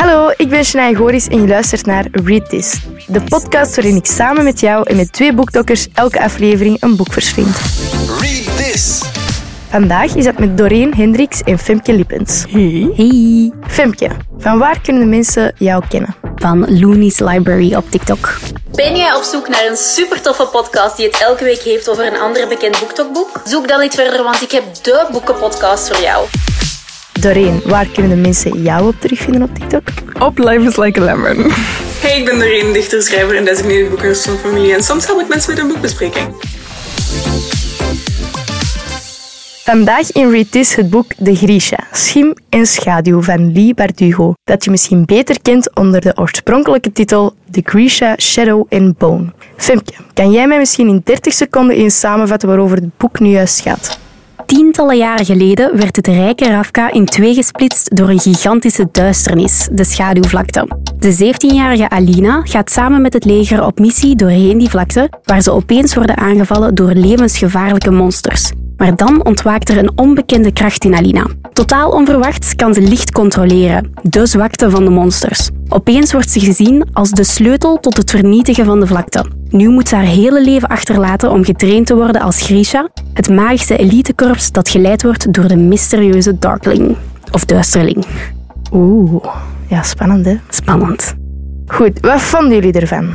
Hallo, ik ben Shania Goris en je luistert naar Read This, de podcast waarin ik samen met jou en met 2 boekdokkers elke aflevering een boek verslind. Read This. Vandaag is dat met Doreen Hendricks en Femke Lippens. Hey. Femke, van waar kunnen de mensen jou kennen? Van Looney's Library op TikTok. Ben jij op zoek naar een super toffe podcast die het elke week heeft over een ander bekend BookTok-boek? Zoek dan niet verder, want ik heb de boekenpodcast voor jou. Doreen, waar kunnen de mensen jou op terugvinden op TikTok? Op Life is Like a Lemon. Hey, ik ben Doreen, dichter, schrijver en designated boekenhost van Familie. En soms help ik mensen met een boekbespreking. Vandaag in Read This het boek De Grisha, Schim en Schaduw van Leigh Bardugo, dat je misschien beter kent onder de oorspronkelijke titel The Grisha, Shadow and Bone. Femke, kan jij mij misschien in 30 seconden eens samenvatten waarover het boek nu juist gaat? Tientallen jaren geleden werd het rijke Ravka in 2 gesplitst door een gigantische duisternis, de schaduwvlakte. De 17-jarige Alina gaat samen met het leger op missie doorheen die vlakte, waar ze opeens worden aangevallen door levensgevaarlijke monsters. Maar dan ontwaakt er een onbekende kracht in Alina. Totaal onverwachts kan ze licht controleren, de zwakte van de monsters. Opeens wordt ze gezien als de sleutel tot het vernietigen van de vlakte. Nu moet ze haar hele leven achterlaten om getraind te worden als Grisha, het magische elitekorps dat geleid wordt door de mysterieuze Darkling. Of Duisterling. Oeh, ja, spannend hè? Spannend. Goed, wat vonden jullie ervan?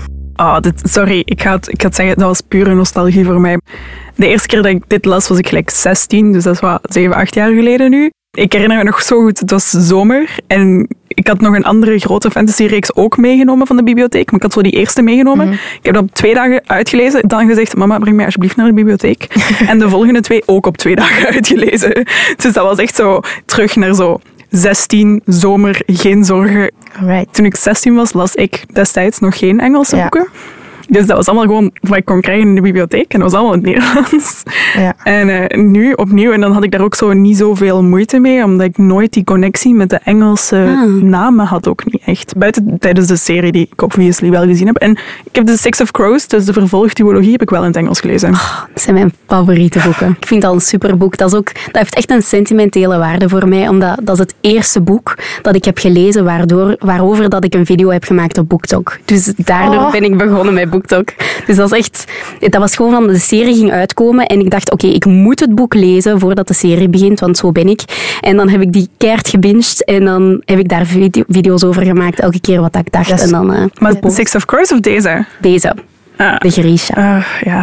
Sorry, ik ga het zeggen, dat was pure nostalgie voor mij. De eerste keer dat ik dit las was ik gelijk 16, dus dat is wat 7, 8 jaar geleden nu. Ik herinner me nog zo goed, het was zomer en ik had nog een andere grote fantasyreeks ook meegenomen van de bibliotheek, maar ik had zo die eerste meegenomen. Mm-hmm. Ik heb dat op 2 dagen uitgelezen, dan gezegd, mama, breng mij alsjeblieft naar de bibliotheek. En de volgende 2 ook op 2 dagen uitgelezen. Dus dat was echt zo terug naar zo 16, zomer, geen zorgen. Alright. Toen ik 16 was, las ik destijds nog geen Engelse boeken. Dus dat was allemaal gewoon wat ik kon krijgen in de bibliotheek. En dat was allemaal in het Nederlands. Ja. En nu opnieuw. En dan had ik daar ook zo niet zoveel moeite mee. Omdat ik nooit die connectie met de Engelse namen had ook niet echt. Buiten tijdens de serie die ik obviously wel gezien heb. En ik heb The Six of Crows, dus de vervolgtrilogie, heb ik wel in het Engels gelezen. Dat zijn mijn favoriete boeken. Ik vind dat een superboek. Dat heeft echt een sentimentele waarde voor mij. Omdat dat is het eerste boek dat ik heb gelezen waarover dat ik een video heb gemaakt op BookTok. Dus daardoor ben ik begonnen met BookTok. Dus dat was gewoon van de serie ging uitkomen en ik dacht, oké, ik moet het boek lezen voordat de serie begint, want zo ben ik. En dan heb ik die keihard gebinged en dan heb ik daar video's over gemaakt, elke keer wat ik dacht. En dan, maar Six of Crows of deze? Deze, de Grisha.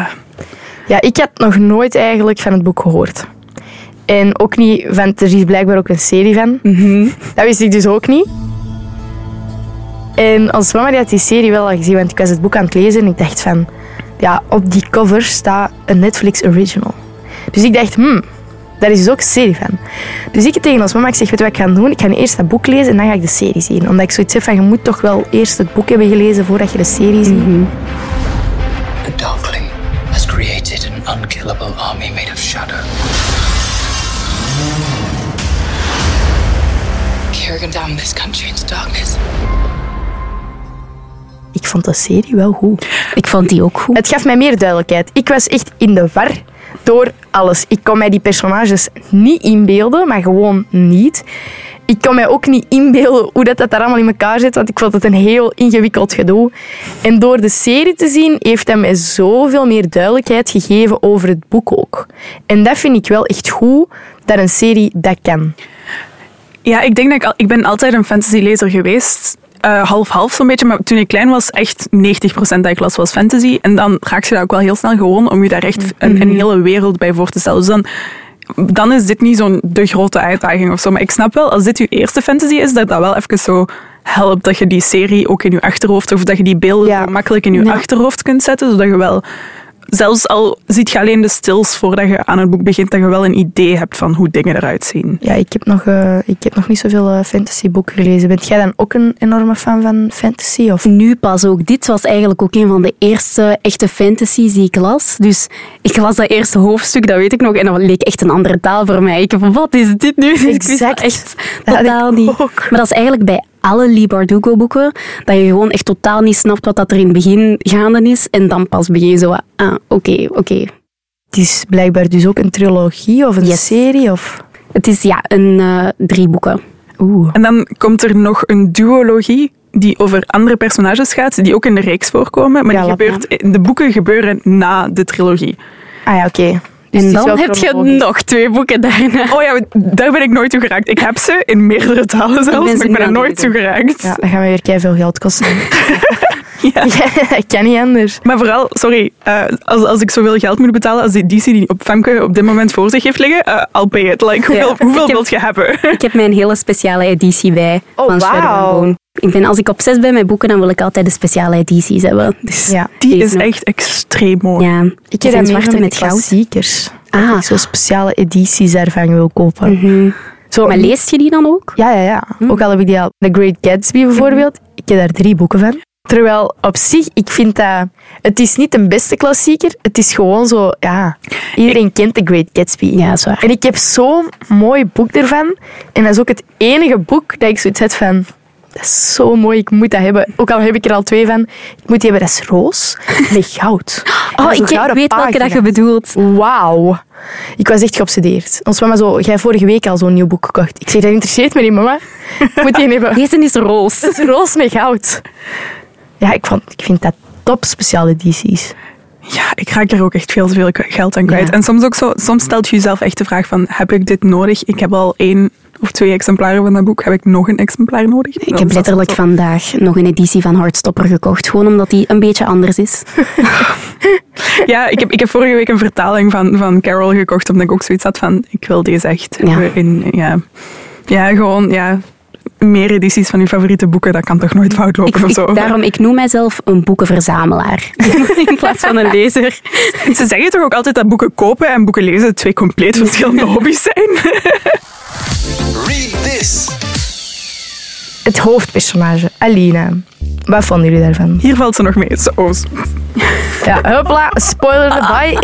Ja, ik had nog nooit eigenlijk van het boek gehoord. En ook niet van, er is blijkbaar ook een serie van. Mm-hmm. Dat wist ik dus ook niet. En onze mama die had die serie wel al gezien, want ik was het boek aan het lezen en ik dacht van, ja, op die cover staat een Netflix original. Dus ik dacht, daar is dus ook een serie van. Dus ik tegen ons mama, ik zeg, weet je wat ik ga doen? Ik ga nu eerst dat boek lezen en dan ga ik de serie zien. Omdat ik zoiets heb van, je moet toch wel eerst het boek hebben gelezen voordat je de serie ziet. Mm-hmm. The Darkling has created an unkillable army made of shadow. Carrying down this country into darkness. Ik vond de serie wel goed. Ik vond die ook goed. Het gaf mij meer duidelijkheid. Ik was echt in de war door alles. Ik kon mij die personages niet inbeelden, maar gewoon niet. Ik kon mij ook niet inbeelden hoe dat daar allemaal in elkaar zit, want ik vond het een heel ingewikkeld gedoe. En door de serie te zien, heeft hij mij zoveel meer duidelijkheid gegeven over het boek ook. En dat vind ik wel echt goed, dat een serie dat kan. Ja, ik denk dat ik ben altijd een fantasylezer geweest. Half-half zo'n beetje, maar toen ik klein was, echt 90% dat ik las was fantasy. En dan raak je daar ook wel heel snel gewoon om je daar echt een hele wereld bij voor te stellen. Dus dan is dit niet zo'n de grote uitdaging of zo. Maar ik snap wel, als dit je eerste fantasy is, dat wel even zo helpt dat je die serie ook in je achterhoofd, of dat je die beelden makkelijk in je achterhoofd kunt zetten, zodat je wel, zelfs al ziet je alleen de stils voordat je aan het boek begint, dat je wel een idee hebt van hoe dingen eruit zien. Ja, ik heb nog niet zoveel fantasyboeken gelezen. Bent jij dan ook een enorme fan van fantasy? Of? Nu pas ook. Dit was eigenlijk ook een van de eerste echte fantasies die ik las. Dus ik las dat eerste hoofdstuk, dat weet ik nog, en dat leek echt een andere taal voor mij. Ik van, wat is dit nu? Exact. Ik wist dat echt totaal niet. Maar dat is eigenlijk bij alle Leigh Bardugo boeken, dat je gewoon echt totaal niet snapt wat dat er in het begin gaande is. En dan pas begin je zo, oké. Het is blijkbaar dus ook een trilogie of een serie? Of? Het is 3 boeken. Oeh. En dan komt er nog een duologie die over andere personages gaat, die ook in de reeks voorkomen. Maar Ja, de boeken gebeuren na de trilogie. Ah ja, oké. Dus En het is dan wel heb je chronologisch. nog 2 boeken daarna. Oh ja, daar ben ik nooit toe geraakt. Ik heb ze in meerdere talen zelfs, ben ze maar ik nu ben er aan nooit het toe geraakt. Ja, dat gaan we weer keiveel geld kosten. Ja. Ik kan niet anders. Maar vooral, sorry, als ik zoveel geld moet betalen als die DC die op Femke op dit moment voor zich heeft liggen, I'll pay it. Like, hoeveel wilt je hebben? Ik heb mijn hele speciale editie bij Oh, van Shadow wauw. and Bone. Als ik op 6 ben met boeken, dan wil ik altijd de speciale edities hebben. Dus Ja. Die deze is nog. echt extreem mooi. Ja, Ik die heb zijn dat zwarte meer met de goud. klassiekers. Ah. Dat ik zo speciale edities daarvan wil kopen. Mhm. Zo, Maar leest je die dan ook? Ja. Ook al heb ik die al. The Great Gatsby bijvoorbeeld. Ik heb daar 3 boeken van. Terwijl op zich, ik vind dat... Het is niet de beste klassieker. Het is gewoon zo... Ja, iedereen kent The Great Gatsby. Ja, dat is waar. En ik heb zo'n mooi boek ervan. En dat is ook het enige boek dat ik zoiets heb van... Dat is zo mooi, ik moet dat hebben. Ook al heb ik er al 2 van. Ik moet die hebben, dat is roos met goud. En Oh, dat is ik een gouden weet welke dat je pagina. bedoelt. Wauw. Ik was echt geobsedeerd. Ons mama zo... Jij hebt vorige week al zo'n nieuw boek gekocht. Ik zeg, dat interesseert me niet, mama. Ik moet die hebben. Deze is roos. Dat is roos met goud. Ja, ik vind dat top speciale edities. Ja, ik raak er ook echt veel te veel geld aan kwijt. Ja. En soms ook zo, soms stelt je jezelf echt de vraag van, heb ik dit nodig? Ik heb al 1 of 2 exemplaren van dat boek. Heb ik nog een exemplaar nodig? Ik heb letterlijk vandaag nog een editie van Heartstopper gekocht. Gewoon omdat die een beetje anders is. Ja, ik heb vorige week een vertaling van Carol gekocht, omdat ik ook zoiets had van, ik wil deze echt Ja. hebben meer edities van je favoriete boeken, dat kan toch nooit fout lopen of zo? Daarom, ik noem mijzelf een boekenverzamelaar. In plaats van een lezer. Ze zeggen toch ook altijd dat boeken kopen en boeken lezen 2 compleet verschillende hobby's zijn? Read this. Het hoofdpersonage, Alina. Wat vonden jullie daarvan? Hier valt ze nog mee. Zo. Ja, hopla, spoiler erbij.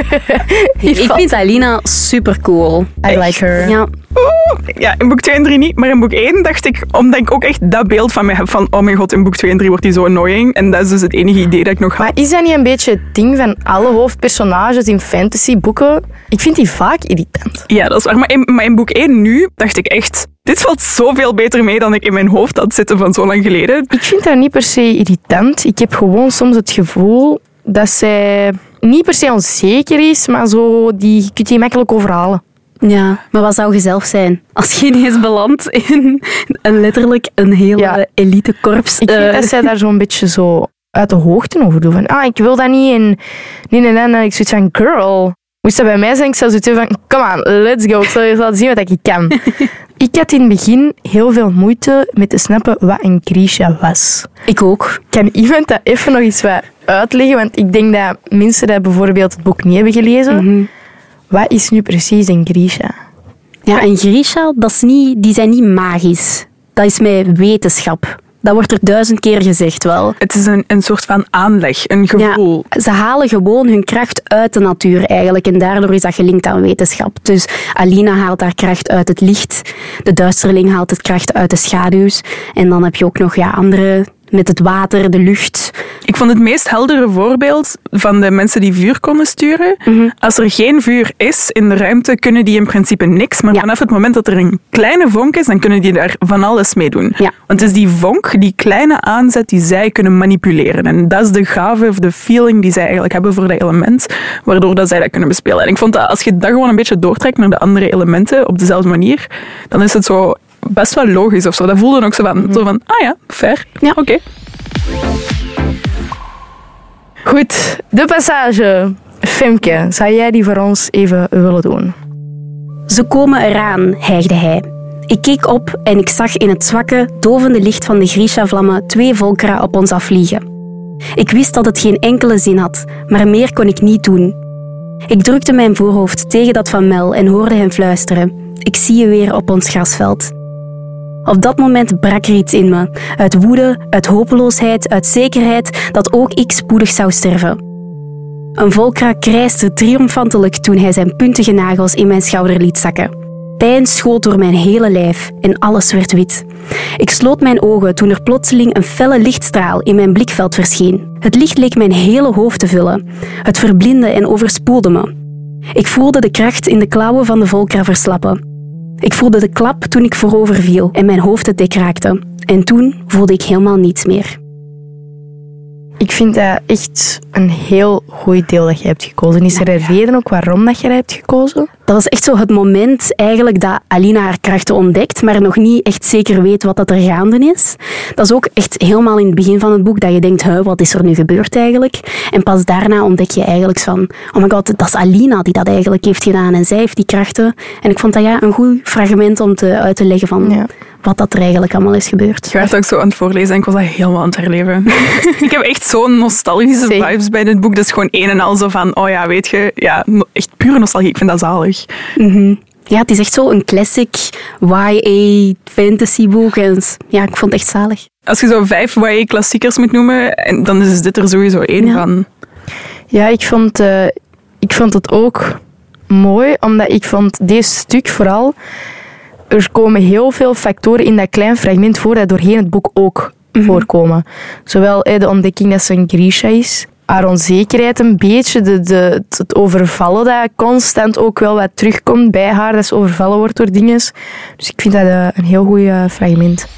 Ik vind Alina super cool. I like her. Ja, Ja, in boek 2 en 3 niet, maar in boek 1 dacht ik, omdat ik ook echt dat beeld van me heb van, oh mijn god, in boek 2 en 3 wordt hij zo annoying. En dat is dus het enige idee dat ik nog Maar had. is dat niet een beetje het ding van alle hoofdpersonages in fantasyboeken? Ik vind die vaak irritant. Ja, dat is waar. Maar in boek 1 nu dacht ik echt, dit valt zoveel beter mee dan ik in mijn hoofd had zitten van zo lang geleden. Ik vind dat niet per se irritant. Ik heb gewoon soms het gevoel dat zij niet per se onzeker is, maar zo, je kunt die makkelijk overhalen. ja, maar wat zou je zelf zijn als je ineens belandt in letterlijk een hele Ja. elitekorps? Ik vind dat zij daar zo'n beetje zo uit de hoogte over doen. Van, ik wil dat niet en ik zoiets van, girl. Moest dat bij mij zijn, ik zou zoiets van, come on, let's go. Ik zal je laten zien wat ik kan. Ik had in het begin heel veel moeite met te snappen wat een Grisha was. Ik ook. Kan iemand dat even nog eens wat uitleggen? Want ik denk dat mensen die bijvoorbeeld het boek niet hebben gelezen. Wat is nu precies een Grisha? Ja, en Grisha, die zijn niet magisch. Dat is met wetenschap. Dat wordt er 1000 keer gezegd wel. Het is een soort van aanleg, een gevoel. Ja, ze halen gewoon hun kracht uit de natuur eigenlijk. En daardoor is dat gelinkt aan wetenschap. Dus Alina haalt haar kracht uit het licht. De duisterling haalt het kracht uit de schaduws. En dan heb je ook nog andere met het water, de lucht. Ik vond het meest heldere voorbeeld van de mensen die vuur konden sturen. Als er geen vuur is in de ruimte, kunnen die in principe niks. Maar Ja. vanaf het moment dat er een kleine vonk is, dan kunnen die daar van alles mee doen. Ja. Want het is die vonk, die kleine aanzet, die zij kunnen manipuleren. En dat is de gave of de feeling die zij eigenlijk hebben voor dat element, waardoor dat zij dat kunnen bespelen. En ik vond dat als je dat gewoon een beetje doortrekt naar de andere elementen op dezelfde manier, dan is het zo best wel logisch of zo. Dat voelde ook zo van ah ja, fair. Ja. Oké. Goed, de passage. Femke, zou jij die voor ons even willen doen? Ze komen eraan, hijgde hij. Ik keek op en ik zag in het zwakke, dovende licht van de Grisha-vlammen 2 volkera op ons afvliegen. Ik wist dat het geen enkele zin had, maar meer kon ik niet doen. Ik drukte mijn voorhoofd tegen dat van Mel en hoorde hem fluisteren. Ik zie je weer op ons grasveld. Op dat moment brak er iets in me. Uit woede, uit hopeloosheid, uit zekerheid dat ook ik spoedig zou sterven. Een volkra krijste triomfantelijk toen hij zijn puntige nagels in mijn schouder liet zakken. Pijn schoot door mijn hele lijf en alles werd wit. Ik sloot mijn ogen toen er plotseling een felle lichtstraal in mijn blikveld verscheen. Het licht leek mijn hele hoofd te vullen. Het verblindde en overspoelde me. Ik voelde de kracht in de klauwen van de volkra verslappen. Ik voelde de klap toen ik voorover viel en mijn hoofd het dek raakte. En toen voelde ik helemaal niets meer. Ik vind dat echt een heel goed deel dat je hebt gekozen. Is er een reden ook waarom dat je dat hebt gekozen? Dat was echt zo het moment eigenlijk dat Alina haar krachten ontdekt, maar nog niet echt zeker weet wat dat er gaande is. Dat is ook echt helemaal in het begin van het boek dat je denkt, wat is er nu gebeurd eigenlijk? En pas daarna ontdek je eigenlijk van, oh my god, dat is Alina die dat eigenlijk heeft gedaan en zij heeft die krachten. En ik vond dat een goed fragment om uit te leggen van wat dat er eigenlijk allemaal is gebeurd. Je werd ook zo aan het voorlezen en ik was dat helemaal aan het herleven. Ik heb echt zo'n nostalgische vibes bij dit boek. Dat is gewoon een en al zo van, weet je, echt pure nostalgie. Ik vind dat zalig. Mm-hmm. Ja, het is echt zo een classic YA fantasyboek. En ik vond het echt zalig. Als je zo 5 YA-klassiekers moet noemen, dan is dit er sowieso 1 van. Ja, ik vond het ook mooi, omdat ik vond deze stuk vooral... Er komen heel veel factoren in dat klein fragment voor dat doorheen het boek ook voorkomen. Zowel de ontdekking dat ze een Grisha is, haar onzekerheid een beetje, het overvallen dat constant ook wel wat terugkomt bij haar, dat ze overvallen wordt door dingen. Dus ik vind dat een heel goed fragment.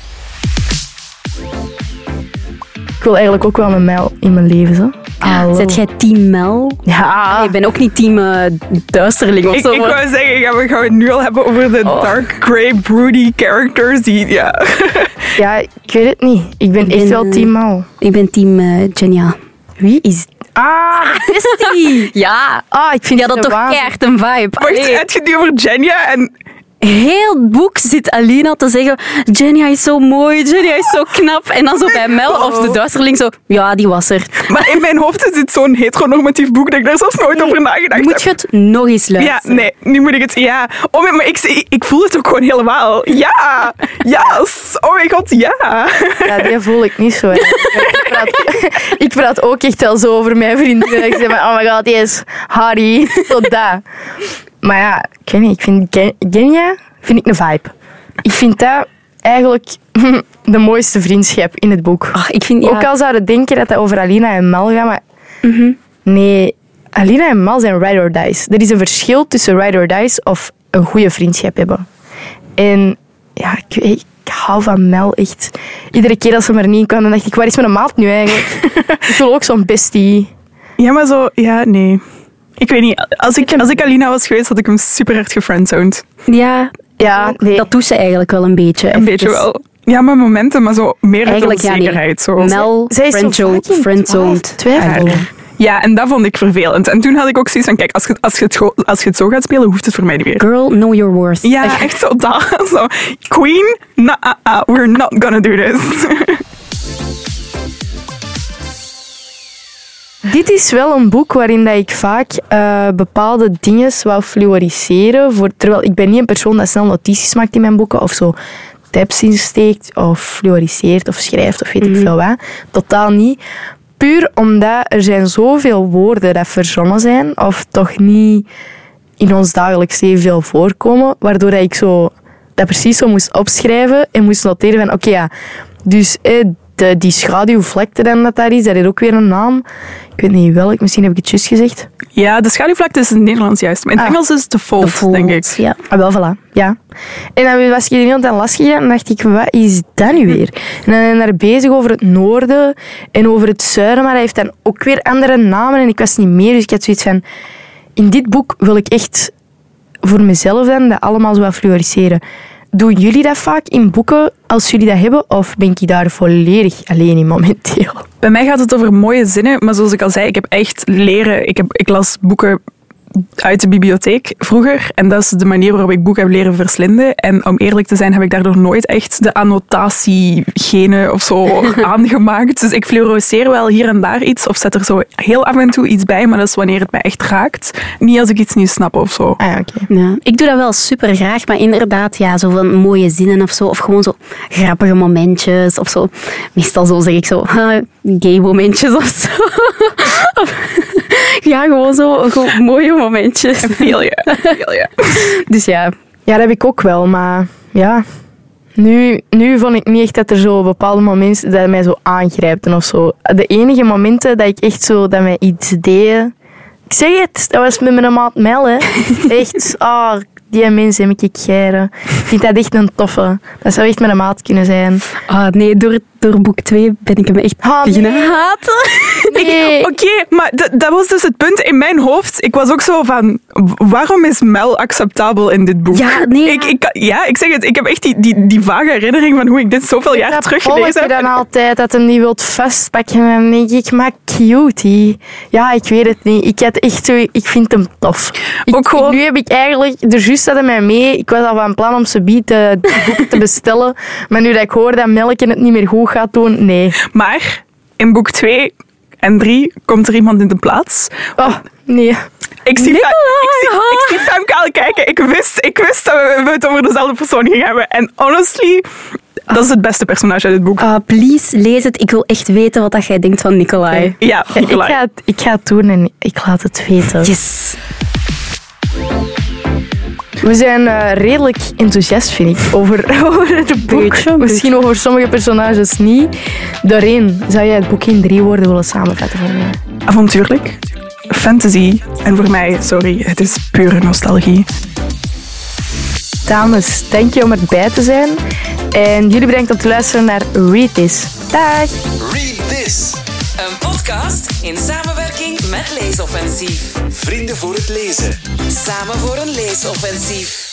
Ik wil eigenlijk ook wel een Mel in mijn leven. Zo. Zet jij team Mel? Ja. Nee, ik ben ook niet team Duisterling of zo. Ik wou zeggen, gaan we het nu al hebben over de dark, grey, broody characters die... Ja, ik weet het niet. Ik ben echt wel team Mel. Ik ben team Genya. Wie is... is die? Ja. Ik vind dat toch keihard een vibe. Wacht, heb je het nu over Genya en... Heel het boek zit Alina te zeggen, Genya is zo mooi, Genya is zo knap. En dan zo bij Mel of de Duisterling zo, ja, die was er. Maar in mijn hoofd is dit zo'n heteronormatief boek dat ik daar zelfs nooit over nagedacht heb. Moet je het nog eens luisteren? Ja, nee, nu moet ik het... Ja. Oh, maar ik voel het ook gewoon helemaal. Ja, yes. Oh mijn god, ja. Ja, die voel ik niet zo. Ik praat ook echt wel zo over mijn vrienden. Ik zeg maar, oh my god, die is Harry. Tot dat. Maar ja, ik weet niet. Ik vind Genya een vibe. Ik vind dat eigenlijk de mooiste vriendschap in het boek. Ook al zouden denken dat over Alina en Mel gaat, maar nee, Alina en Mel zijn ride or dies. Er is een verschil tussen ride or dies of een goede vriendschap hebben. En ja, ik hou van Mel echt. Iedere keer als ze er niet in kwam, dan dacht ik, waar is mijn maat nu eigenlijk? Ik wil ook zo'n bestie. Ja, maar zo... Ja, nee. Ik weet niet, als ik Alina was geweest, had ik hem super hard gefriendzoned. Ja, nee. Dat doet ze eigenlijk wel een beetje. Een beetje wel. Ja, maar momenten, maar zo meer uit onzekerheid. Nee. Mel, friendzoned. Twijfel. Ja, en dat vond ik vervelend. En toen had ik ook zoiets van, kijk, als je het zo gaat spelen, hoeft het voor mij niet meer. Girl, know your worth. Ja, echt zo dat. Zo. Queen, we're not gonna do this. Dit is wel een boek waarin dat ik vaak bepaalde dingen wou fluoriseren. Terwijl ik ben niet een persoon dat snel notities maakt in mijn boeken of zo tabs insteekt of fluoriseert of schrijft of weet ik veel wat. Totaal niet. Puur omdat er zijn zoveel woorden dat verzonnen zijn of toch niet in ons dagelijks leven veel voorkomen, waardoor ik dat precies zo moest opschrijven en moest noteren van oké, dus die schaduwvlakte dan dat daar is, dat heeft ook weer een naam. Ik weet niet welk, misschien heb ik het juist gezegd. Ja, de schaduwvlakte is in het Nederlands juist. Maar in het Engels is het de fold, denk ik. Ja. Wel, voilà. Ja. En dan was ik die hele tijd lasgegaan en dacht ik, wat is dat nu weer? En dan ben ik daar bezig over het noorden en over het zuiden, maar hij heeft dan ook weer andere namen en ik was niet meer. Dus ik had zoiets van, in dit boek wil ik echt voor mezelf dan dat allemaal zo wat fluoriseren. Doen jullie dat vaak in boeken als jullie dat hebben? Of ben ik daar volledig alleen in momenteel? Bij mij gaat het over mooie zinnen, maar zoals ik al zei, ik heb echt leren... Ik las boeken uit de bibliotheek vroeger en dat is de manier waarop ik boeken heb leren verslinden. En om eerlijk te zijn heb ik daardoor nooit echt de annotatiegenen of zo aangemaakt. Dus ik fluoriseer wel hier en daar iets of zet er zo heel af en toe iets bij, maar dat is wanneer het mij echt raakt. Niet als ik iets niet snap of zo. Ah, oké. Ja, ik doe dat wel super graag, maar inderdaad, ja, zo van mooie zinnen of zo, of gewoon zo grappige momentjes of zo. Meestal zo zeg ik zo, gay momentjes of zo. Ja, gewoon zo mooie momentjes. Feel je. Dus ja. Ja, dat heb ik ook wel, maar ja... Nu vond ik niet echt dat er zo bepaalde momenten dat mij zo aangrijpten of zo. De enige momenten dat ik echt zo, dat mij iets deed... Ik zeg het, dat was met mijn maat Mel, hè. Echt, Die mensen heb ik geiren. Ik vind dat echt een toffe. Dat zou echt met een maat kunnen zijn. Nee, door boek 2 ben ik hem echt beginnen haten. Nee. Oké, maar dat was dus het punt in mijn hoofd. Ik was ook zo van, waarom is Mel acceptabel in dit boek? Ja, nee. Ik zeg het, ik heb echt die vage herinnering van hoe ik dit zoveel jaar teruggelezen heb. Dan altijd dat hem niet wilt vastpakken. En dan denk ik, maar cutie. Ja, ik weet het niet. Ik had echt zo, ik vind hem tof. Nu heb ik eigenlijk, er juist hadden mij mee. Ik was al van plan om ze de boeken te bestellen. Maar nu dat ik hoor dat Melke het niet meer goed gaat doen, nee. Maar in boek 2 en 3 komt er iemand in de plaats. Oh, nee. Ik zie Femke al kijken. Ik wist dat we het over dezelfde persoon gingen hebben. En honestly, dat is het beste personage uit het boek. Please, lees het. Ik wil echt weten wat jij denkt van Nikolai. Okay. Ja, Nikolai. Ik ga het doen en ik laat het weten. Yes. We zijn redelijk enthousiast, vind ik, over het boek. Misschien over sommige personages niet. Doreen, zou jij het boek in 3 woorden willen samenvatten voor mij? Avontuurlijk, fantasy en voor mij, sorry, het is pure nostalgie. Dames, dank je om erbij te zijn. En jullie bedankt om te luisteren naar Read This. Dag! Read This. Een podcast in samenwerking met Leesoffensief. Vrienden voor het lezen. Samen voor een leesoffensief.